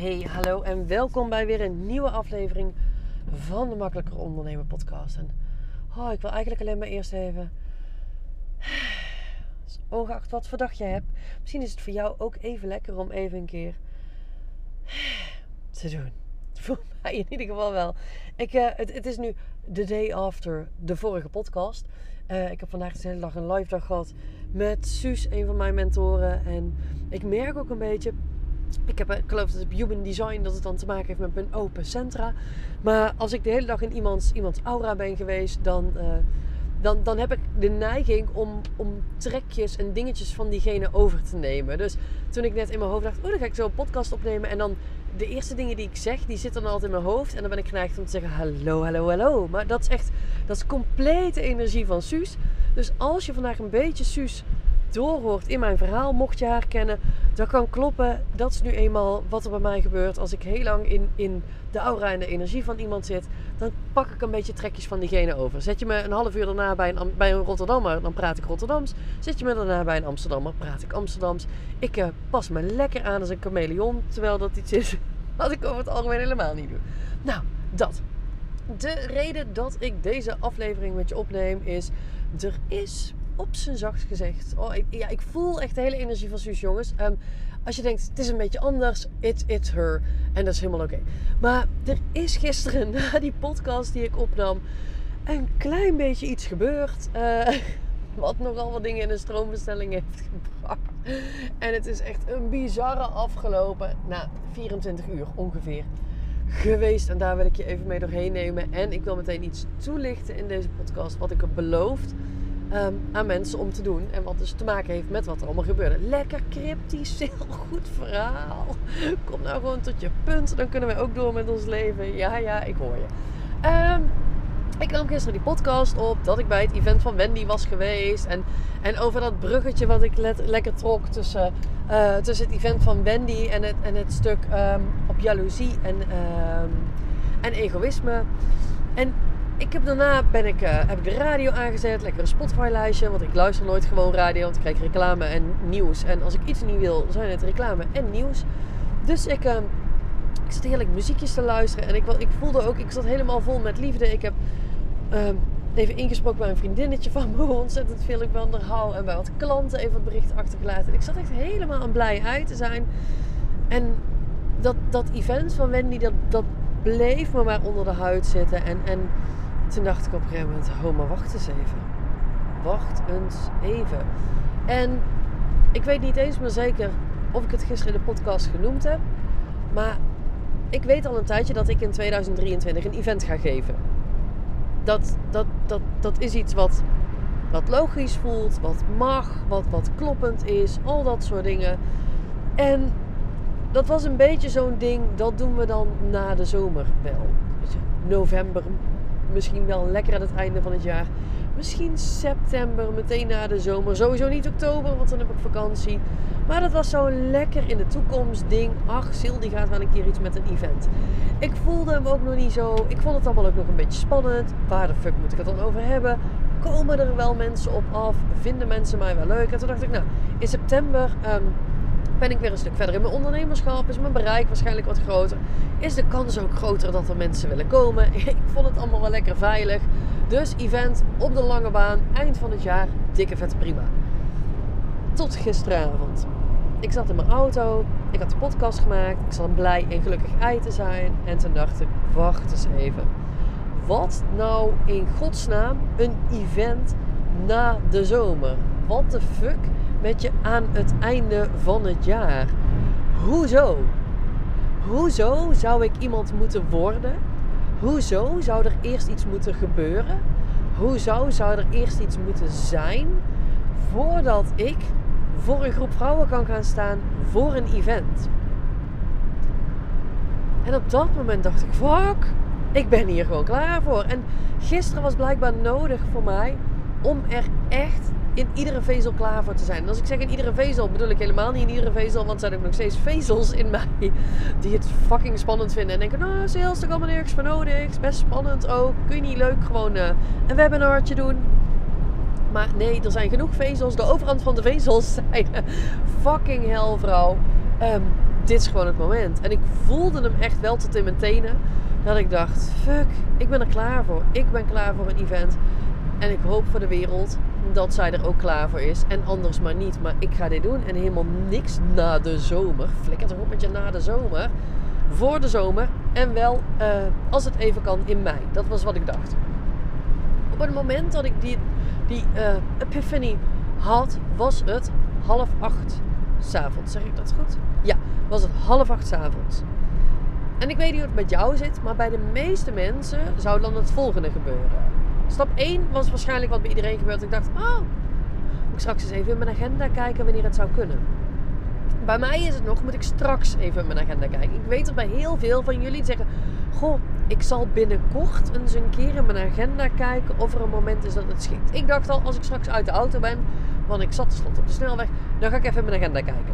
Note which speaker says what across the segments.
Speaker 1: Hey, hallo en welkom bij weer een nieuwe aflevering van de Makkelijker Ondernemen podcast. En ik wil eigenlijk alleen maar eerst even, ongeacht wat voor dag je hebt, misschien is het voor jou ook even lekker om even een keer te doen. Voor mij in ieder geval wel. Het is nu de day after de vorige podcast. Ik heb vandaag de hele dag een live dag gehad met Suus, een van mijn mentoren. En ik merk ook een beetje, ik geloof dat het Human Design dat het dan te maken heeft met mijn open centra. Maar als ik de hele dag in iemands aura ben geweest, dan heb ik de neiging om trekjes en dingetjes van diegene over te nemen. Dus toen ik net in mijn hoofd dacht, dan ga ik zo een podcast opnemen. En dan de eerste dingen die ik zeg, die zitten dan altijd in mijn hoofd. En dan ben ik geneigd om te zeggen, hallo. Maar dat is complete energie van Suus. Dus als je vandaag een beetje Suus doorhoort in mijn verhaal, mocht je haar kennen, dat kan kloppen. Dat is nu eenmaal wat er bij mij gebeurt. Als ik heel lang in de aura en de energie van iemand zit, dan pak ik een beetje trekjes van diegene over. Zet je me een half uur daarna bij een Rotterdammer, dan praat ik Rotterdams. Zet je me daarna bij een Amsterdammer, praat ik Amsterdams. Ik pas me lekker aan als een chameleon, terwijl dat iets is wat ik over het algemeen helemaal niet doe. Nou, dat. De reden dat ik deze aflevering met je opneem is, er is op zijn zachtst gezegd, ik voel echt de hele energie van Suus, jongens. Als je denkt, het is een beetje anders, it's her. En dat is helemaal oké. Maar er is gisteren, na die podcast die ik opnam, een klein beetje iets gebeurd. Wat nogal wat dingen in de stroombestelling heeft gebracht. En het is echt een bizarre afgelopen, 24 uur ongeveer geweest. En daar wil ik je even mee doorheen nemen. En ik wil meteen iets toelichten in deze podcast, wat ik heb beloofd aan mensen om te doen. En wat dus te maken heeft met wat er allemaal gebeurde. Lekker cryptisch, heel goed verhaal. Kom nou gewoon tot je punt. Dan kunnen wij ook door met ons leven. Ja, ik hoor je. Ik nam gisteren die podcast op dat ik bij het event van Wendy was geweest. En over dat bruggetje wat ik lekker trok tussen het event van Wendy en het stuk op jaloezie en egoïsme. En daarna heb ik de radio aangezet, lekker een Spotify-lijstje. Want ik luister nooit gewoon radio, want ik krijg reclame en nieuws. En als ik iets niet wil, zijn het reclame en nieuws. Dus ik zat heerlijk muziekjes te luisteren. En ik voelde ook, ik zat helemaal vol met liefde. Ik heb even ingesproken bij een vriendinnetje van me, hoe ontzettend veel ik van haar hou. En bij wat klanten even wat berichten achtergelaten. En ik zat echt helemaal aan blij uit te zijn. En dat event van Wendy, dat bleef me maar onder de huid zitten. En toen dacht ik op een gegeven moment, maar wacht eens even. Wacht eens even. En ik weet niet eens meer zeker of ik het gisteren in de podcast genoemd heb. Maar ik weet al een tijdje dat ik in 2023 een event ga geven. Dat is iets wat logisch voelt, wat mag, wat kloppend is. Al dat soort dingen. En dat was een beetje zo'n ding, dat doen we dan na de zomer wel. Weet je, november, misschien wel lekker aan het einde van het jaar. Misschien september, meteen na de zomer. Sowieso niet oktober, want dan heb ik vakantie. Maar dat was zo'n lekker in de toekomst ding. Ach, Sil die gaat wel een keer iets met een event. Ik voelde hem ook nog niet zo. Ik vond het allemaal ook nog een beetje spannend. Waar de fuck moet ik het dan over hebben? Komen er wel mensen op af? Vinden mensen mij wel leuk? En toen dacht ik, in september ben ik weer een stuk verder in mijn ondernemerschap. Is mijn bereik waarschijnlijk wat groter. Is de kans ook groter dat er mensen willen komen. Ik vond het allemaal wel lekker veilig. Dus event op de lange baan. Eind van het jaar. Dikke vet prima. Tot gisteravond. Ik zat in mijn auto. Ik had de podcast gemaakt. Ik zat blij en gelukkig ei te zijn. En toen dacht ik, wacht eens even. Wat nou in godsnaam een event na de zomer? What the fuck met je aan het einde van het jaar? Hoezo? Hoezo zou ik iemand moeten worden? Hoezo zou er eerst iets moeten gebeuren? Hoezo zou er eerst iets moeten zijn voordat ik voor een groep vrouwen kan gaan staan voor een event? En op dat moment dacht ik, fuck, ik ben hier gewoon klaar voor. En gisteren was blijkbaar nodig voor mij om er echt in iedere vezel klaar voor te zijn. En als ik zeg in iedere vezel, bedoel ik helemaal niet in iedere vezel, want er zijn ook nog steeds vezels in mij die het fucking spannend vinden. En denken, sales, daar kan maar nergens voor nodig. Is best spannend ook. Kun je niet leuk gewoon een webinartje doen? Maar nee, er zijn genoeg vezels. De overhand van de vezels zijn fucking hell, vrouw. dit is gewoon het moment. En ik voelde hem echt wel tot in mijn tenen. Dat ik dacht, fuck, ik ben er klaar voor. Ik ben klaar voor een event. En ik hoop voor de wereld dat zij er ook klaar voor is. En anders maar niet. Maar ik ga dit doen. En helemaal niks na de zomer. Flikker toch op met je na de zomer. Voor de zomer. En wel als het even kan in mei. Dat was wat ik dacht. Op het moment dat ik die epiphany had, was het 7:30 s'avonds. Zeg ik dat goed? Ja, was het 7:30 s'avonds. En ik weet niet hoe het met jou zit, maar bij de meeste mensen zou dan het volgende gebeuren. Stap 1 was waarschijnlijk wat bij iedereen gebeurt. Ik dacht, moet ik straks eens even in mijn agenda kijken wanneer het zou kunnen. Bij mij is het nog, moet ik straks even in mijn agenda kijken. Ik weet er bij heel veel van jullie die zeggen, goh, ik zal binnenkort eens een keer in mijn agenda kijken of er een moment is dat het schikt. Ik dacht al, als ik straks uit de auto ben, want ik zat tenslotte op de snelweg, dan ga ik even in mijn agenda kijken.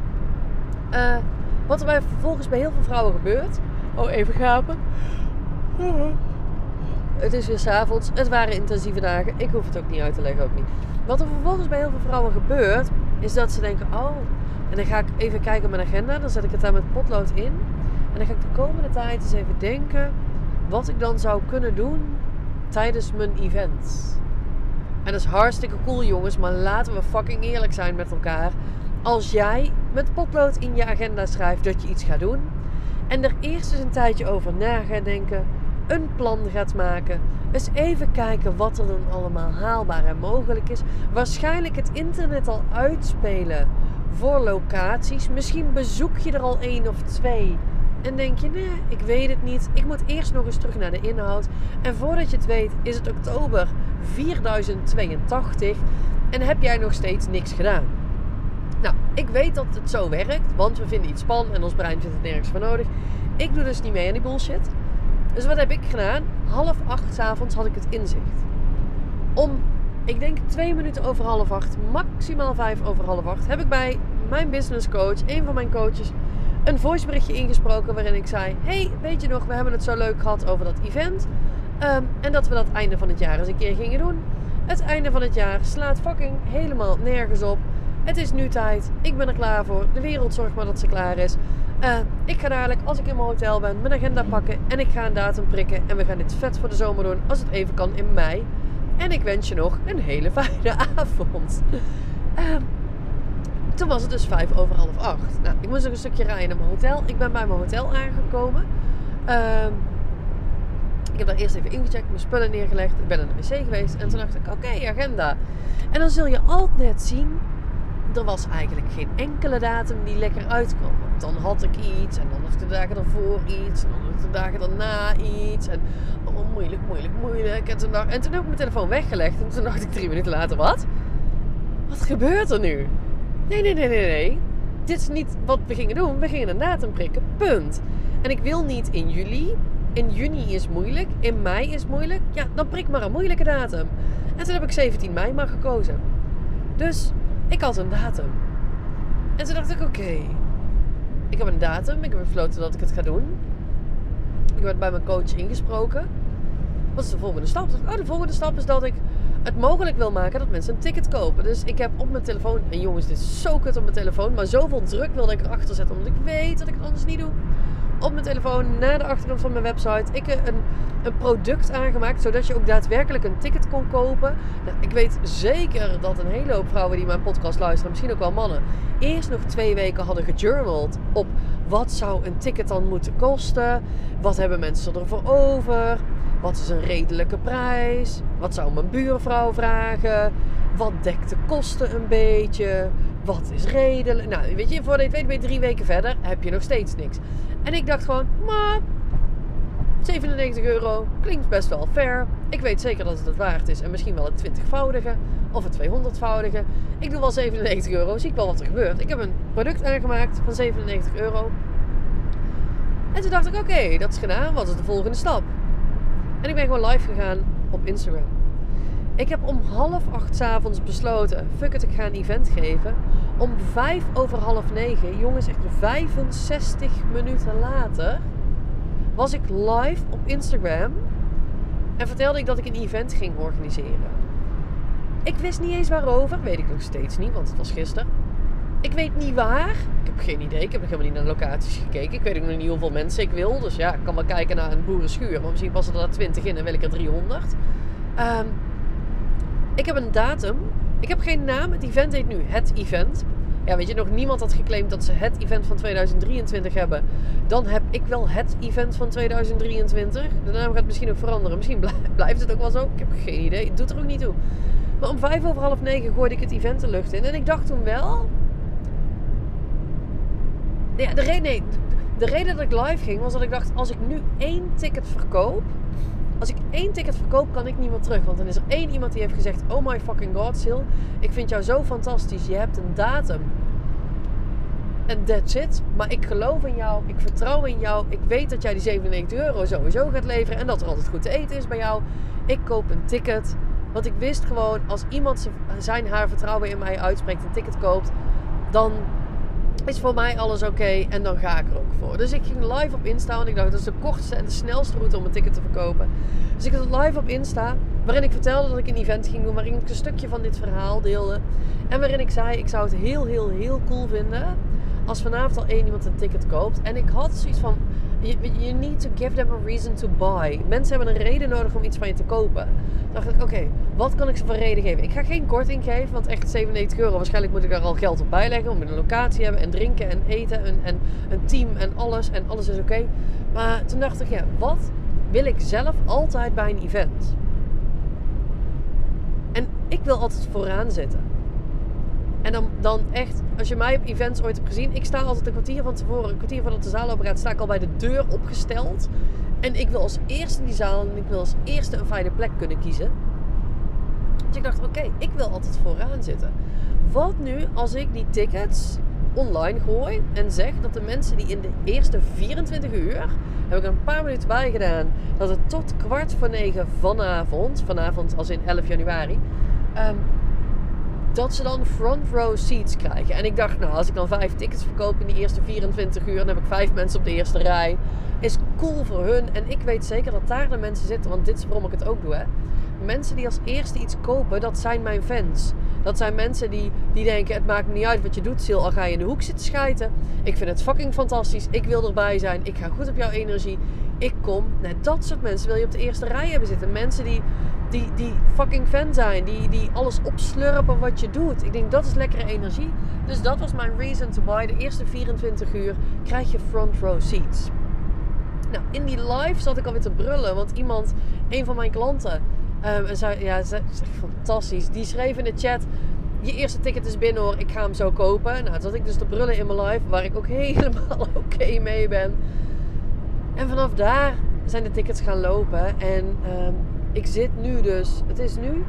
Speaker 1: Wat er vervolgens bij heel veel vrouwen gebeurt. Oh, even gapen. Het is weer 's avonds. Het waren intensieve dagen. Ik hoef het ook niet uit te leggen, ook niet. Wat er vervolgens bij heel veel vrouwen gebeurt, is dat ze denken, en dan ga ik even kijken op mijn agenda. Dan zet ik het daar met potlood in. En dan ga ik de komende tijd eens even denken wat ik dan zou kunnen doen tijdens mijn event. En dat is hartstikke cool, jongens. Maar laten we fucking eerlijk zijn met elkaar. Als jij met potlood in je agenda schrijft dat je iets gaat doen. En er eerst eens een tijdje over na gaat denken. Een plan gaat maken. Eens even kijken wat er dan allemaal haalbaar en mogelijk is. Waarschijnlijk het internet al uitspelen voor locaties. Misschien bezoek je er al 1 of 2. En denk je, nee, ik weet het niet. Ik moet eerst nog eens terug naar de inhoud. En voordat je het weet is het oktober 4082. En heb jij nog steeds niks gedaan. Nou, ik weet dat het zo werkt. Want we vinden iets spannend en ons brein vindt het nergens voor nodig. Ik doe dus niet mee aan die bullshit. Dus wat heb ik gedaan? 7:30 s'avonds had ik het inzicht. Ik denk 2 minuten over 7:30, maximaal 7:05, heb ik bij mijn business coach, een van mijn coaches, een voiceberichtje ingesproken waarin ik zei, hey, weet je nog, we hebben het zo leuk gehad over dat event. En dat we dat einde van het jaar eens een keer gingen doen. Het einde van het jaar slaat fucking helemaal nergens op. Het is nu tijd. Ik ben er klaar voor. De wereld zorgt maar dat ze klaar is. Ik ga dadelijk, als ik in mijn hotel ben, mijn agenda pakken. En ik ga een datum prikken. En we gaan dit vet voor de zomer doen. Als het even kan in mei. En ik wens je nog een hele fijne avond. Toen was het dus 7:05. Nou, ik moest nog een stukje rijden naar mijn hotel. Ik ben bij mijn hotel aangekomen. Ik heb daar eerst even ingecheckt, mijn spullen neergelegd. Ik ben naar de wc geweest. En toen dacht ik, oké, agenda. En dan zul je altijd net zien, er was eigenlijk geen enkele datum die lekker uitkwam. Want dan had ik iets. En dan had ik de dagen ervoor iets. En dan had ik de dagen daarna iets. En moeilijk. En toen heb ik mijn telefoon weggelegd. En toen dacht ik 3 minuten later, wat? Wat gebeurt er nu? Nee. Dit is niet wat we gingen doen. We gingen een datum prikken. Punt. En ik wil niet in juli. In juni is moeilijk. In mei is moeilijk. Ja, dan prik maar een moeilijke datum. En toen heb ik 17 mei maar gekozen. Dus ik had een datum. En toen dacht ik, oké. Ik heb een datum. Ik heb besloten dat ik het ga doen. Ik werd bij mijn coach ingesproken. Wat is de volgende stap? De volgende stap is dat ik het mogelijk wil maken dat mensen een ticket kopen. Dus ik heb op mijn telefoon... En jongens, dit is zo kut op mijn telefoon. Maar zoveel druk wilde ik erachter zetten. Omdat ik weet dat ik het anders niet doe. Op mijn telefoon, naar de achterkant van mijn website. Ik heb een product aangemaakt. Zodat je ook daadwerkelijk een ticket kon kopen. Nou, ik weet zeker dat een hele hoop vrouwen die mijn podcast luisteren. Misschien ook wel mannen. Eerst nog 2 weken hadden gejournald op wat zou een ticket dan moeten kosten. Wat hebben mensen ervoor over? Wat is een redelijke prijs? Wat zou mijn buurvrouw vragen? Wat dekt de kosten een beetje? Wat is redelijk? Nou, weet je, voordat je het weet ben je 3 weken verder. Heb je nog steeds niks. En ik dacht gewoon, maar €97 klinkt best wel fair. Ik weet zeker dat het waard is. En misschien wel het 20-voudige of het 200-voudige. Ik doe wel €97. Zie ik wel wat er gebeurt. Ik heb een product aangemaakt van €97. En toen dacht ik, oké, dat is gedaan. Wat is de volgende stap? En ik ben gewoon live gegaan op Instagram. Ik heb om 7:30 s'avonds besloten, fuck it, ik ga een event geven. Om 9:05, jongens, echt 65 minuten later, was ik live op Instagram en vertelde ik dat ik een event ging organiseren. Ik wist niet eens waarover, weet ik nog steeds niet, want het was gisteren. Ik weet niet waar. Ik heb geen idee. Ik heb nog helemaal niet naar de locaties gekeken. Ik weet ook nog niet hoeveel mensen ik wil. Dus ja, ik kan wel kijken naar een boerenschuur. Maar misschien passen er 20 in en wil ik er 300. Ik heb een datum. Ik heb geen naam. Het event heet nu Het Event. Ja, weet je, nog niemand had geclaimd dat ze het event van 2023 hebben. Dan heb ik wel het event van 2023. De naam gaat misschien ook veranderen. Misschien blijft het ook wel zo. Ik heb geen idee. Het doet er ook niet toe. Maar om 9:05 gooide ik het event de lucht in. En ik dacht toen wel... Ja, de reden dat ik live ging was dat ik dacht... Als ik nu 1 ticket verkoop... Als ik 1 ticket verkoop, kan ik niet meer terug. Want dan is er 1 iemand die heeft gezegd... Oh my fucking god, Sil. Ik vind jou zo fantastisch. Je hebt een datum. En that's it. Maar ik geloof in jou. Ik vertrouw in jou. Ik weet dat jij die €97 sowieso gaat leveren. En dat er altijd goed te eten is bij jou. Ik koop een ticket. Want ik wist gewoon... Als iemand haar vertrouwen in mij uitspreekt... Een ticket koopt... Dan... is voor mij alles oké en dan ga ik er ook voor. Dus ik ging live op Insta, want ik dacht dat is de kortste en de snelste route om een ticket te verkopen. Dus ik had live op Insta, waarin ik vertelde dat ik een event ging doen, waarin ik een stukje van dit verhaal deelde. En waarin ik zei, ik zou het heel cool vinden als vanavond al 1 iemand een ticket koopt. En ik had zoiets van, you need to give them a reason to buy. Mensen hebben een reden nodig om iets van je te kopen. Toen dacht ik, oké, wat kan ik ze voor reden geven? Ik ga geen korting geven, want echt €97. Waarschijnlijk moet ik daar al geld op bijleggen. Om een locatie te hebben en drinken en eten en een team en alles. En alles is oké. Maar toen dacht ik, ja, wat wil ik zelf altijd bij een event? En ik wil altijd vooraan zitten. En dan echt, als je mij op events ooit hebt gezien... Ik sta altijd een kwartier van tevoren, een kwartier voordat de zaal open gaat... sta ik al bij de deur opgesteld. En ik wil als eerste in die zaal en ik wil als eerste een fijne plek kunnen kiezen. Dus ik dacht, oké, ik wil altijd vooraan zitten. Wat nu als ik die tickets online gooi en zeg dat de mensen die in de eerste 24 uur... heb ik er een paar minuten bij gedaan... dat het tot 8:45 vanavond als in 11 januari... dat ze dan front row seats krijgen. En ik dacht, nou, als ik dan 5 tickets verkoop in die eerste 24 uur... dan heb ik 5 mensen op de eerste rij. Is cool voor hun. En ik weet zeker dat daar de mensen zitten. Want dit is waarom ik het ook doe, hè. Mensen die als eerste iets kopen, dat zijn mijn fans. Dat zijn mensen die denken, het maakt me niet uit wat je doet, Sil. Al ga je in de hoek zitten schijten. Ik vind het fucking fantastisch. Ik wil erbij zijn. Ik ga goed op jouw energie. Ik kom. Nou, dat soort mensen wil je op de eerste rij hebben zitten. Mensen die fucking fan zijn. Die alles opslurpen wat je doet. Ik denk, dat is lekkere energie. Dus dat was mijn reason to buy. De eerste 24 uur krijg je front row seats. Nou, in die live zat ik alweer te brullen. Want een van mijn klanten... en zei, ja, ze is echt fantastisch. Die schreef in de chat... Je eerste ticket is binnen hoor. Ik ga hem zo kopen. Nou, toen zat ik dus te brullen in mijn live. Waar ik ook helemaal oké mee ben. En vanaf daar zijn de tickets gaan lopen. En ik zit nu dus... Het is nu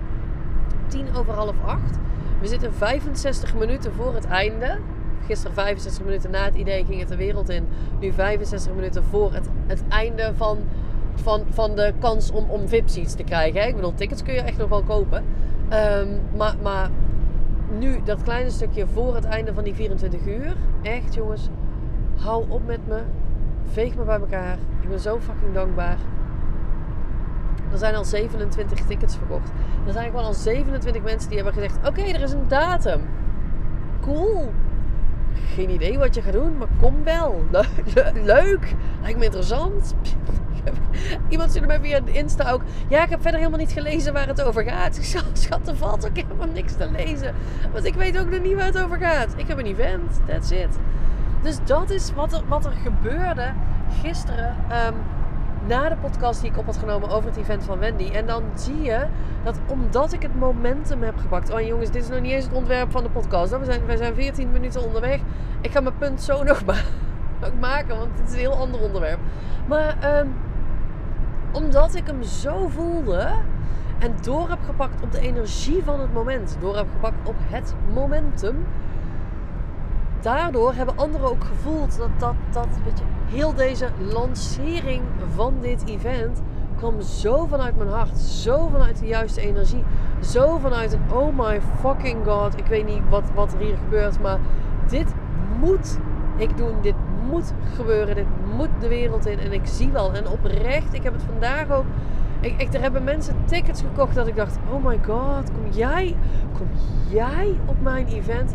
Speaker 1: 7:50. We zitten 65 minuten voor het einde. Gisteren 65 minuten na het idee ging het de wereld in. Nu 65 minuten voor het einde van de kans om VIP-seats te krijgen. Hè? Ik bedoel, tickets kun je echt nog wel kopen. Maar nu dat kleine stukje voor het einde van die 24 uur. Echt jongens, hou op met me. Veeg me bij elkaar. Ik ben zo fucking dankbaar. Er zijn al 27 tickets verkocht. Er zijn gewoon al 27 mensen die hebben gezegd... Oké, er is een datum. Cool. Geen idee wat je gaat doen, maar kom wel. Leuk. Lijkt me interessant. Iemand stuurde mij via Insta ook... Ja, ik heb verder helemaal niet gelezen waar het over gaat. Ik zei, schat, er valt ook helemaal niks te lezen. Want ik weet ook nog niet waar het over gaat. Ik heb een event. That's it. Dus dat is wat er gebeurde gisteren... na de podcast die ik op had genomen over het event van Wendy. En dan zie je dat omdat ik het momentum heb gepakt... Oh jongens, dit is nog niet eens het onderwerp van de podcast. We zijn 14 minuten onderweg. Ik ga mijn punt zo nog maken, want het is een heel ander onderwerp. Maar omdat ik hem zo voelde... en door heb gepakt op de energie van het moment... door heb gepakt op het momentum... daardoor hebben anderen ook gevoeld dat weet je, heel deze lancering van dit event kwam zo vanuit mijn hart. Zo vanuit de juiste energie. Zo vanuit een oh my fucking god. Ik weet niet wat er hier gebeurt. Maar dit moet ik doen. Dit moet gebeuren. Dit moet de wereld in. En ik zie wel. En oprecht, ik heb het vandaag ook... Er hebben mensen tickets gekocht dat ik dacht... Oh my god, kom jij op mijn event...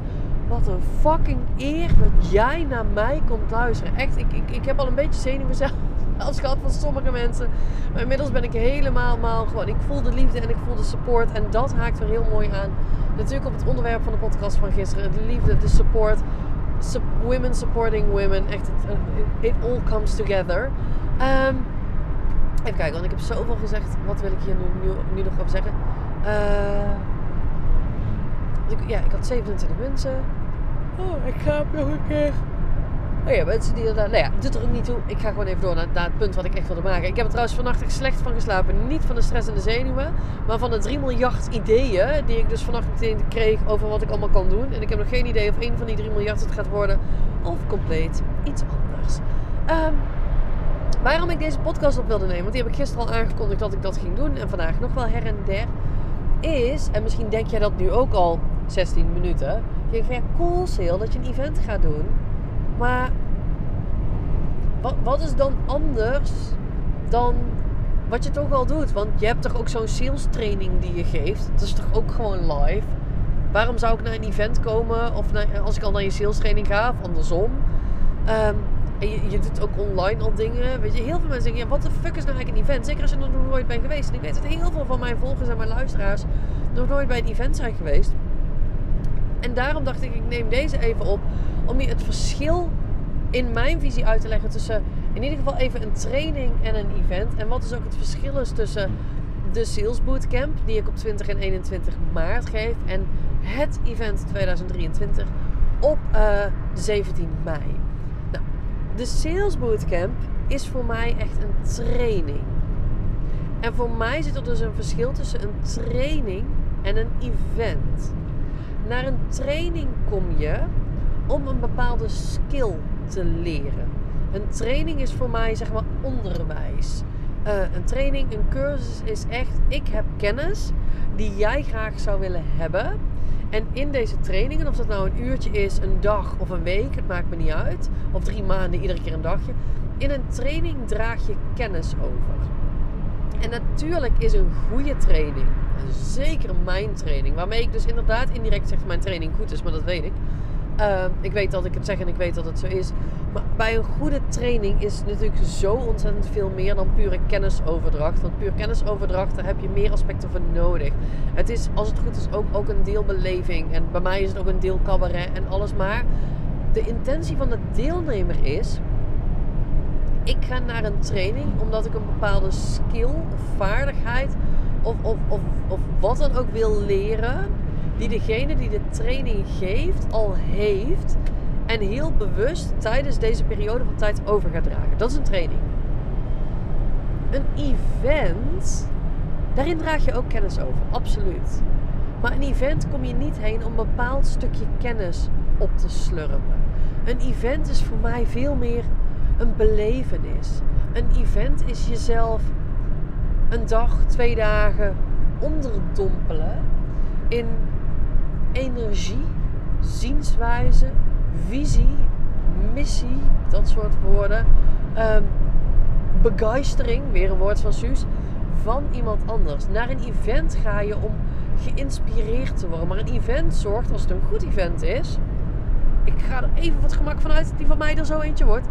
Speaker 1: wat een fucking eer dat jij naar mij komt luisteren. Echt, ik heb al een beetje zenuwen zelfs gehad van sommige mensen. Maar inmiddels ben ik helemaal gewoon... Ik voel de liefde en ik voel de support. En dat haakt er heel mooi aan. Natuurlijk op het onderwerp van de podcast van gisteren. De liefde, de support. Women supporting women. Echt, it all comes together. Even kijken, want ik heb zoveel gezegd. Wat wil ik hier nu nog over zeggen? Ik had 27 mensen. Oh, ik ga nog een keer. Oh ja, mensen die er... Nou ja, doet er ook niet toe. Ik ga gewoon even door naar het punt wat ik echt wilde maken. Ik heb er trouwens vannacht echt slecht van geslapen. Niet van de stress en de zenuwen. Maar van de 3 miljard ideeën die ik dus vannacht meteen kreeg over wat ik allemaal kan doen. En ik heb nog geen idee of één van die 3 miljard het gaat worden. Of compleet iets anders. Waarom ik deze podcast op wilde nemen, want die heb ik gisteren al aangekondigd dat ik dat ging doen. En vandaag nog wel her en der. Is, en misschien denk jij dat nu ook al 16 minuten. Je denkt van ja, cool Sil, dat je een event gaat doen. Maar wat is dan anders dan wat je toch al doet? Want je hebt toch ook zo'n sales training die je geeft. Dat is toch ook gewoon live? Waarom zou ik naar een event komen? Of als ik al naar je sales training ga, of andersom. En je doet ook online al dingen. Weet je, heel veel mensen denken, ja, wat de fuck is nou eigenlijk een event? Zeker als je er nog nooit bent geweest. En ik weet dat heel veel van mijn volgers en mijn luisteraars nog nooit bij een event zijn geweest. En daarom dacht ik neem deze even op om je het verschil in mijn visie uit te leggen tussen in ieder geval even een training en een event. En wat dus ook het verschil is tussen de Sales Bootcamp, die ik op 20 en 21 maart geef, en het event 2023 op 17 mei. Nou, de Sales Bootcamp is voor mij echt een training. En voor mij zit er dus een verschil tussen een training en een event. Naar een training kom je om een bepaalde skill te leren. Een training is voor mij zeg maar onderwijs. Een training, een cursus is echt, ik heb kennis die jij graag zou willen hebben. En in deze trainingen, of dat nou een uurtje is, een dag of een week, het maakt me niet uit. Of 3 maanden, iedere keer een dagje. In een training draag je kennis over. En natuurlijk is een goede training, en zeker mijn training, waarmee ik dus inderdaad indirect zeg dat mijn training goed is, maar dat weet ik. Ik weet dat ik het zeg en ik weet dat het zo is. Maar bij een goede training is natuurlijk zo ontzettend veel meer dan pure kennisoverdracht. Want puur kennisoverdracht, daar heb je meer aspecten voor nodig. Het is, als het goed is, ook een deel beleving. En bij mij is het ook een deel cabaret en alles. Maar de intentie van de deelnemer is, ik ga naar een training omdat ik een bepaalde skill of vaardigheid of wat dan ook wil leren, die degene die de training geeft al heeft en heel bewust tijdens deze periode van tijd over gaat dragen. Dat is een training. Een event, daarin draag je ook kennis over, absoluut. Maar een event kom je niet heen om een bepaald stukje kennis op te slurpen. Een event is voor mij veel meer een belevenis. Een event is jezelf een dag, 2 dagen onderdompelen in energie, zienswijze, visie, missie, dat soort woorden. Begeistering, weer een woord van Suus, van iemand anders. Naar een event ga je om geïnspireerd te worden. Maar een event zorgt, als het een goed event is, ik ga er even voor het gemak vanuit die van mij er zo eentje wordt,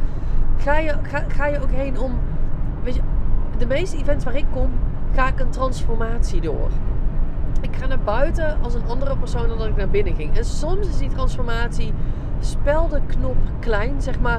Speaker 1: ga je ook heen om, weet je, de meeste events waar ik kom, ga ik een transformatie door. Ik ga naar buiten als een andere persoon dan dat ik naar binnen ging. En soms is die transformatie speldenknop klein, zeg maar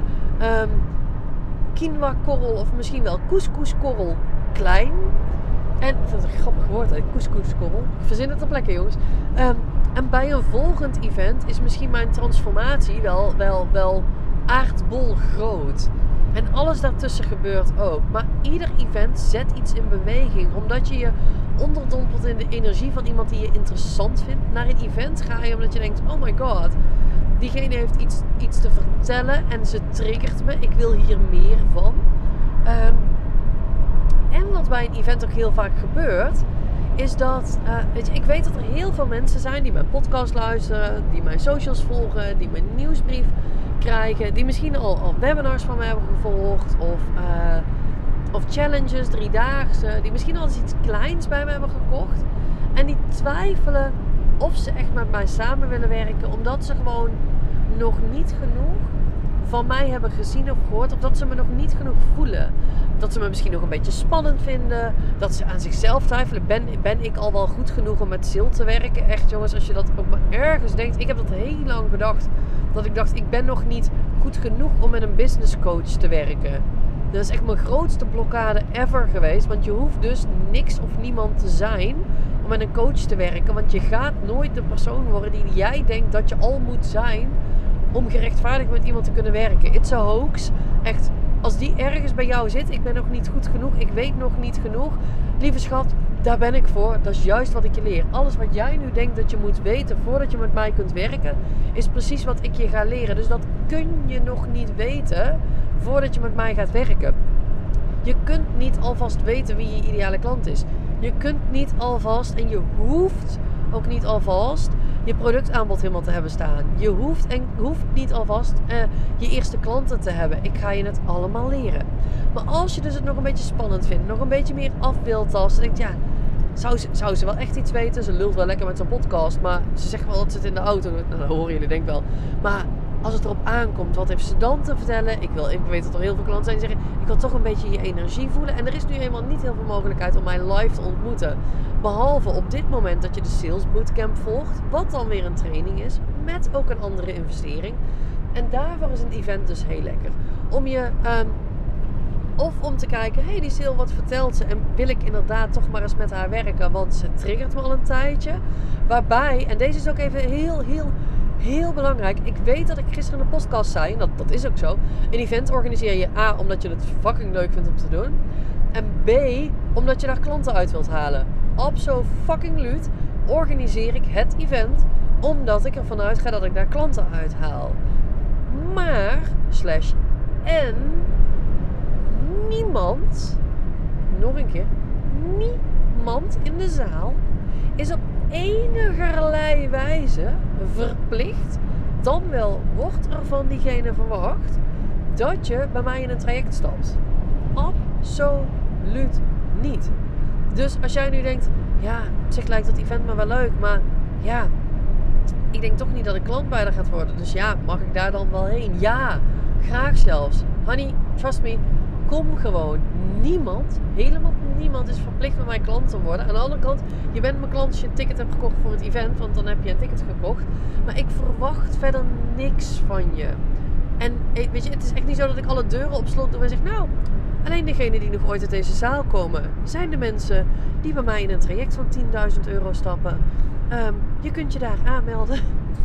Speaker 1: quinoa korrel of misschien wel couscouskorrel klein. En ik vind het een grappig woord, hè? Couscouskorrel. Ik verzin het ter plekke, jongens. En bij een volgend event is misschien mijn transformatie wel aardbol groot. En alles daartussen gebeurt ook. Maar ieder event zet iets in beweging. Omdat je je onderdompelt in de energie van iemand die je interessant vindt. Naar een event ga je omdat je denkt, oh my god, diegene heeft iets te vertellen en ze triggert me. Ik wil hier meer van. En wat bij een event ook heel vaak gebeurt, is dat, weet je, ik weet dat er heel veel mensen zijn die mijn podcast luisteren, die mijn socials volgen, die mijn nieuwsbrief krijgen, die misschien al webinars van me hebben gevolgd of challenges, 3-daagse, die misschien al eens iets kleins bij me hebben gekocht en die twijfelen of ze echt met mij samen willen werken, omdat ze gewoon nog niet genoeg van mij hebben gezien of gehoord, of dat ze me nog niet genoeg voelen. Dat ze me misschien nog een beetje spannend vinden, dat ze aan zichzelf twijfelen. Ben ik al wel goed genoeg om met Sil te werken? Echt jongens, als je dat ook maar ergens denkt. Ik heb dat heel lang gedacht. Dat ik dacht, ik ben nog niet goed genoeg om met een business coach te werken. Dat is echt mijn grootste blokkade ever geweest. Want je hoeft dus niks of niemand te zijn om met een coach te werken. Want je gaat nooit de persoon worden die jij denkt dat je al moet zijn om gerechtvaardigd met iemand te kunnen werken. It's a hoax. Echt, als die ergens bij jou zit, ik ben nog niet goed genoeg, ik weet nog niet genoeg. Lieve schat, daar ben ik voor. Dat is juist wat ik je leer. Alles wat jij nu denkt dat je moet weten voordat je met mij kunt werken, is precies wat ik je ga leren. Dus dat kun je nog niet weten voordat je met mij gaat werken. Je kunt niet alvast weten wie je ideale klant is. Je kunt niet alvast en je hoeft ook niet alvast je productaanbod helemaal te hebben staan. Je hoeft niet alvast je eerste klanten te hebben. Ik ga je het allemaal leren. Maar als je dus het nog een beetje spannend vindt, nog een beetje meer af wilt tasten, denkt ja, zou ze wel echt iets weten? Ze lult wel lekker met zo'n podcast, maar ze zegt wel dat ze het in de auto doet. Nou, dat horen jullie denk ik wel. Maar als het erop aankomt, wat heeft ze dan te vertellen? Ik weet dat er heel veel klanten zijn die zeggen, ik wil toch een beetje je energie voelen. En er is nu helemaal niet heel veel mogelijkheid om mij live te ontmoeten. Behalve op dit moment dat je de Sales Bootcamp volgt. Wat dan weer een training is. Met ook een andere investering. En daarvoor is een event dus heel lekker. Om je... Of om te kijken, hey, die Sil, wat vertelt ze? En wil ik inderdaad toch maar eens met haar werken? Want ze triggert me al een tijdje. Waarbij, en deze is ook even heel belangrijk. Ik weet dat ik gisteren in de podcast zei, en dat is ook zo. Een event organiseer je A, omdat je het fucking leuk vindt om te doen. En B, omdat je daar klanten uit wilt halen. Absoluut organiseer ik het event, omdat ik ervan uitga dat ik daar klanten uithaal. Maar, en... niemand, nog een keer, niemand in de zaal is op enigerlei wijze verplicht, dan wel wordt er van diegene verwacht, dat je bij mij in een traject stapt. Absoluut niet. Dus als jij nu denkt, ja, op zich lijkt dat event me wel leuk, maar ja, ik denk toch niet dat ik klant bij haar gaat worden. Dus ja, mag ik daar dan wel heen? Ja, graag zelfs. Honey, trust me. Kom gewoon. Niemand, helemaal niemand is verplicht met mijn klant te worden. Aan de andere kant, je bent mijn klant als je een ticket hebt gekocht voor het event. Want dan heb je een ticket gekocht. Maar ik verwacht verder niks van je. En weet je, het is echt niet zo dat ik alle deuren op slot doe en zeg, nou, alleen degenen die nog ooit uit deze zaal komen, zijn de mensen die bij mij in een traject van 10.000 euro stappen. Je kunt je daar aanmelden.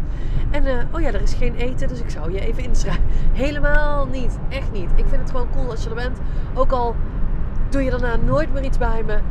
Speaker 1: En oh ja, er is geen eten, dus ik zou je even inschrijven. Helemaal niet, echt niet. Ik vind het gewoon cool als je er bent. Ook al doe je daarna nooit meer iets bij me.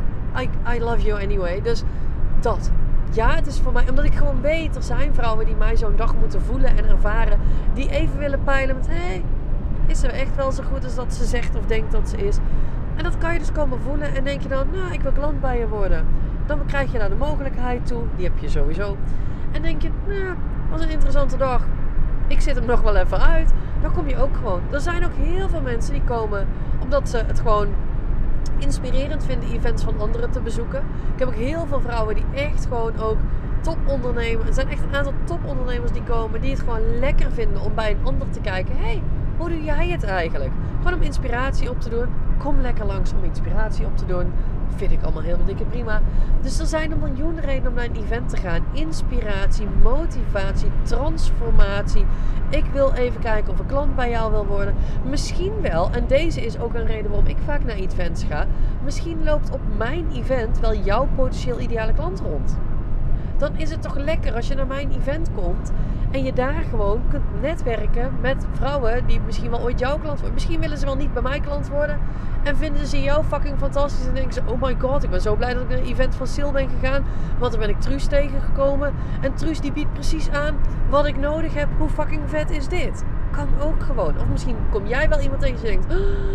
Speaker 1: I love you anyway. Dus dat. Ja, het is voor mij, omdat ik gewoon weet, er zijn vrouwen die mij zo'n dag moeten voelen en ervaren. Die even willen peilen met, hé, is ze echt wel zo goed als dat ze zegt of denkt dat ze is? En dat kan je dus komen voelen en denk je dan, nou, ik wil klant bij je worden. Dan krijg je daar de mogelijkheid toe, die heb je sowieso. En denk je, nou, was een interessante dag. Ik zit hem nog wel even uit. Dan kom je ook gewoon. Er zijn ook heel veel mensen die komen omdat ze het gewoon inspirerend vinden events van anderen te bezoeken. Ik heb ook heel veel vrouwen die echt gewoon ook topondernemers. Er zijn echt een aantal topondernemers die komen die het gewoon lekker vinden om bij een ander te kijken. Hey, hoe doe jij het eigenlijk? Gewoon om inspiratie op te doen. Kom lekker langs om inspiratie op te doen. Vind ik allemaal heel dikke prima. Dus er zijn een miljoen redenen om naar een event te gaan. Inspiratie, motivatie, transformatie. Ik wil even kijken of een klant bij jou wil worden. Misschien wel, en deze is ook een reden waarom ik vaak naar events ga. Misschien loopt op mijn event wel jouw potentieel ideale klant rond. Dan is het toch lekker als je naar mijn event komt en je daar gewoon kunt netwerken met vrouwen die misschien wel ooit jouw klant worden. Misschien willen ze wel niet bij mij klant worden en vinden ze jou fucking fantastisch en denken ze, oh my god, ik ben zo blij dat ik naar een event van Sil ben gegaan, want dan ben ik Truus tegengekomen en Truus die biedt precies aan wat ik nodig heb. Hoe fucking vet is dit? Kan ook gewoon. Of misschien kom jij wel iemand tegen en je denkt,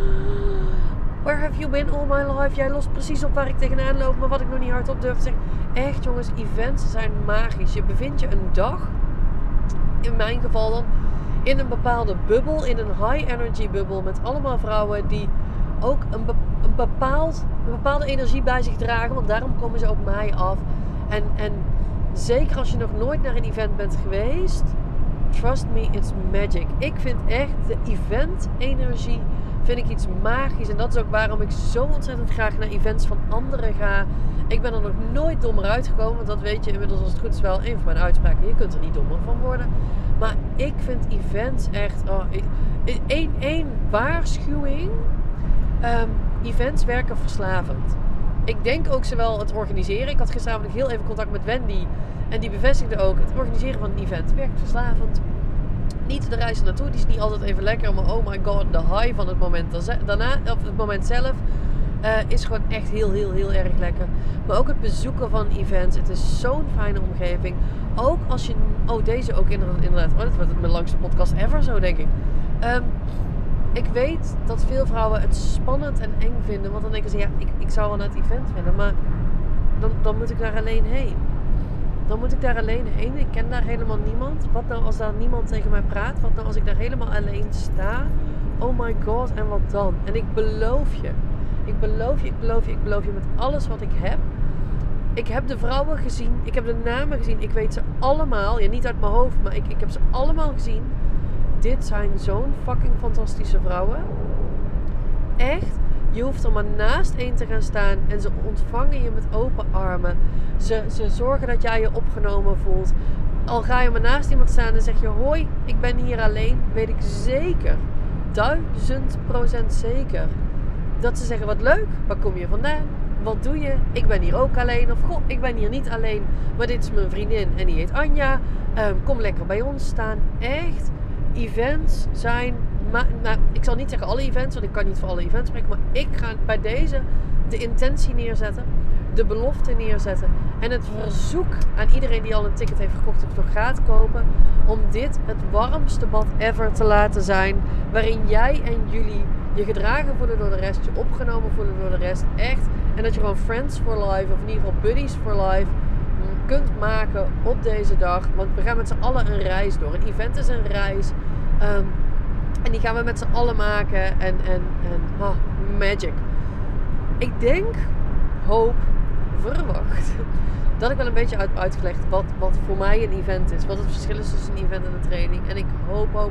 Speaker 1: where have you been all my life? Jij lost precies op waar ik tegenaan loop, maar wat ik nog niet hardop durf te zeggen. Echt jongens, events zijn magisch. Je bevindt je een dag, in mijn geval dan, in een bepaalde bubbel, in een high energy bubbel, met allemaal vrouwen die ook een bepaalde energie bij zich dragen, want daarom komen ze op mij af. En Zeker als je nog nooit naar een event bent geweest. Trust me, it's magic. Ik vind echt de event-energie vind ik iets magisch. En dat is ook waarom ik zo ontzettend graag naar events van anderen ga. Ik ben er nog nooit dommer uitgekomen. Want dat weet je inmiddels als het goed is wel een van mijn uitspraken. Je kunt er niet dommer van worden. Maar ik vind events echt... één waarschuwing. Events werken verslavend. Ik denk ook zowel het organiseren. Ik had gisteravond nog heel even contact met Wendy. En die bevestigde ook, het organiseren van een event werkt verslavend. Niet de reis naartoe, die is niet altijd even lekker. Maar oh my god, de high van het moment daarna, of het moment zelf, is gewoon echt heel, heel, heel erg lekker. Maar ook het bezoeken van events. Het is zo'n fijne omgeving. Ook als je... Oh, deze ook inderdaad. Oh, dat wordt mijn langste podcast ever zo, denk ik. Ik weet dat veel vrouwen het spannend en eng vinden. Want dan denken ze, ja, ik zou wel naar het event willen. Maar dan moet ik daar alleen heen. Dan moet ik daar alleen heen. Ik ken daar helemaal niemand. Wat nou als daar niemand tegen mij praat? Wat nou als ik daar helemaal alleen sta? Oh my god, en wat dan? En ik beloof je. Ik beloof je met alles wat ik heb. Ik heb de vrouwen gezien. Ik heb de namen gezien. Ik weet ze allemaal. Ja, niet uit mijn hoofd, maar ik heb ze allemaal gezien. Dit zijn zo'n fucking fantastische vrouwen. Echt. Je hoeft er maar naast één te gaan staan. En ze ontvangen je met open armen. Ze zorgen dat jij je opgenomen voelt. Al ga je maar naast iemand staan en zeg je... Hoi, ik ben hier alleen. Weet ik zeker. 1000% zeker. Dat ze zeggen, wat leuk. Waar kom je vandaan? Wat doe je? Ik ben hier ook alleen. Of goh, ik ben hier niet alleen. Maar dit is mijn vriendin en die heet Anja. Kom lekker bij ons staan. Echt. Events zijn... Maar ik zal niet zeggen alle events, want ik kan niet voor alle events spreken. Maar ik ga bij deze de intentie neerzetten. De belofte neerzetten. En het verzoek aan iedereen die al een ticket heeft gekocht of nog gaat kopen. Om dit het warmste bad ever te laten zijn. Waarin jij en jullie je gedragen voelen door de rest. Je opgenomen voelen door de rest. Echt. En dat je gewoon friends for life. Of in ieder geval buddies for life. Kunt maken op deze dag. Want we gaan met z'n allen een reis door. Een event is een reis. En die gaan we met z'n allen maken. En magic. Ik denk, hoop, verwacht. Dat ik wel een beetje uitgelegd wat voor mij een event is. Wat het verschil is tussen een event en een training. En ik hoop.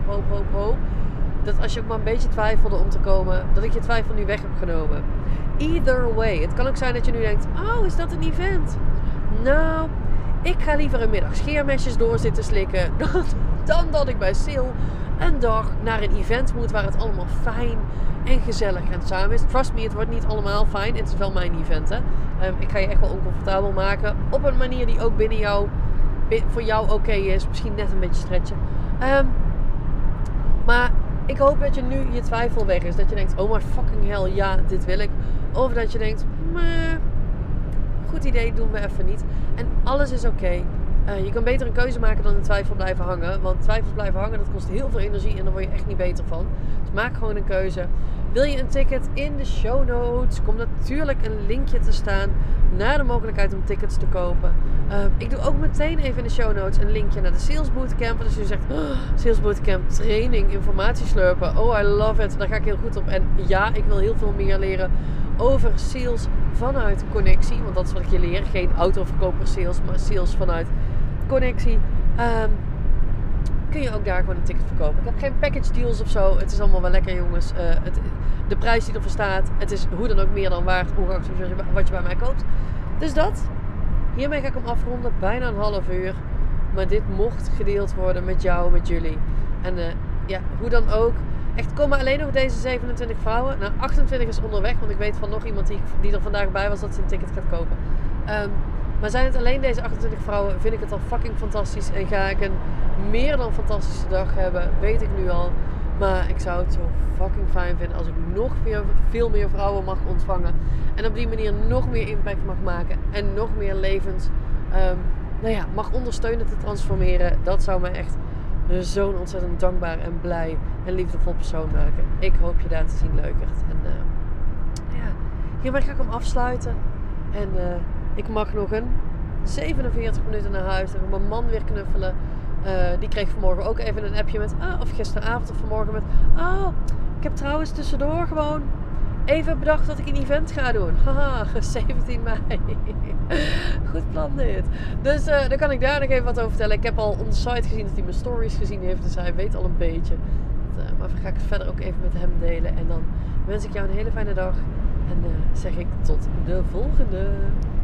Speaker 1: Dat als je ook maar een beetje twijfelde om te komen. Dat ik je twijfel nu weg heb genomen. Either way. Het kan ook zijn dat je nu denkt. Oh, is dat een event? Nou, ik ga liever een middag scheermesjes door zitten slikken. Dan dat ik bij Sil een dag naar een event moet waar het allemaal fijn en gezellig en samen is. Trust me, het wordt niet allemaal fijn. Het is wel mijn event, hè. Ik ga je echt wel oncomfortabel maken. Op een manier die ook voor jou oké is. Misschien net een beetje stretchen. Maar ik hoop dat je nu je twijfel weg is. Dat je denkt, oh my fucking hell, ja, dit wil ik. Of dat je denkt, goed idee, doen we even niet. En alles is oké. Je kan beter een keuze maken dan in twijfel blijven hangen. Want twijfels blijven hangen, dat kost heel veel energie en daar word je echt niet beter van. Dus maak gewoon een keuze. Wil je een ticket? In de show notes komt natuurlijk een linkje te staan naar de mogelijkheid om tickets te kopen. Ik doe ook meteen even in de show notes een linkje naar de Sales Bootcamp. Dus als je zegt, Sales Bootcamp, training, informatie slurpen. Oh, I love it. Daar ga ik heel goed op. En ja, ik wil heel veel meer leren over sales vanuit connectie. Want dat is wat ik je leer. Geen autoverkoper sales, maar sales vanuit connectie. Kun je ook daar gewoon een ticket verkopen. Ik heb geen package deals of zo. Het is allemaal wel lekker, jongens. De prijs die ervoor staat. Het is hoe dan ook meer dan waard. Ongeacht wat je bij mij koopt. Dus dat. Hiermee ga ik hem afronden. Bijna een half uur. Maar dit mocht gedeeld worden met jou, met jullie. En hoe dan ook. Echt, komen alleen nog deze 27 vrouwen. Nou, 28 is onderweg. Want ik weet van nog iemand die er vandaag bij was dat ze een ticket gaat kopen. Maar zijn het alleen deze 28 vrouwen, vind ik het al fucking fantastisch. En ga ik een meer dan fantastische dag hebben, weet ik nu al. Maar ik zou het zo fucking fijn vinden als ik nog veel meer vrouwen mag ontvangen. En op die manier nog meer impact mag maken. En nog meer levens mag ondersteunen te transformeren. Dat zou mij echt zo'n ontzettend dankbaar en blij en liefdevol persoon maken. Ik hoop je daar te zien leukert. En hiermee ga ik hem afsluiten. En ik mag nog een 47 minuten naar huis. Dan ga ik mijn man weer knuffelen. Die kreeg vanmorgen ook even een appje met... of gisteravond of vanmorgen met... ik heb trouwens tussendoor gewoon even bedacht dat ik een event ga doen. Haha, 17 mei. Goed plan dit. Dus dan kan ik daar nog even wat over vertellen. Ik heb al on the site gezien dat hij mijn stories gezien heeft. Dus hij weet al een beetje. Maar ga ik het verder ook even met hem delen. En dan wens ik jou een hele fijne dag. En zeg ik tot de volgende.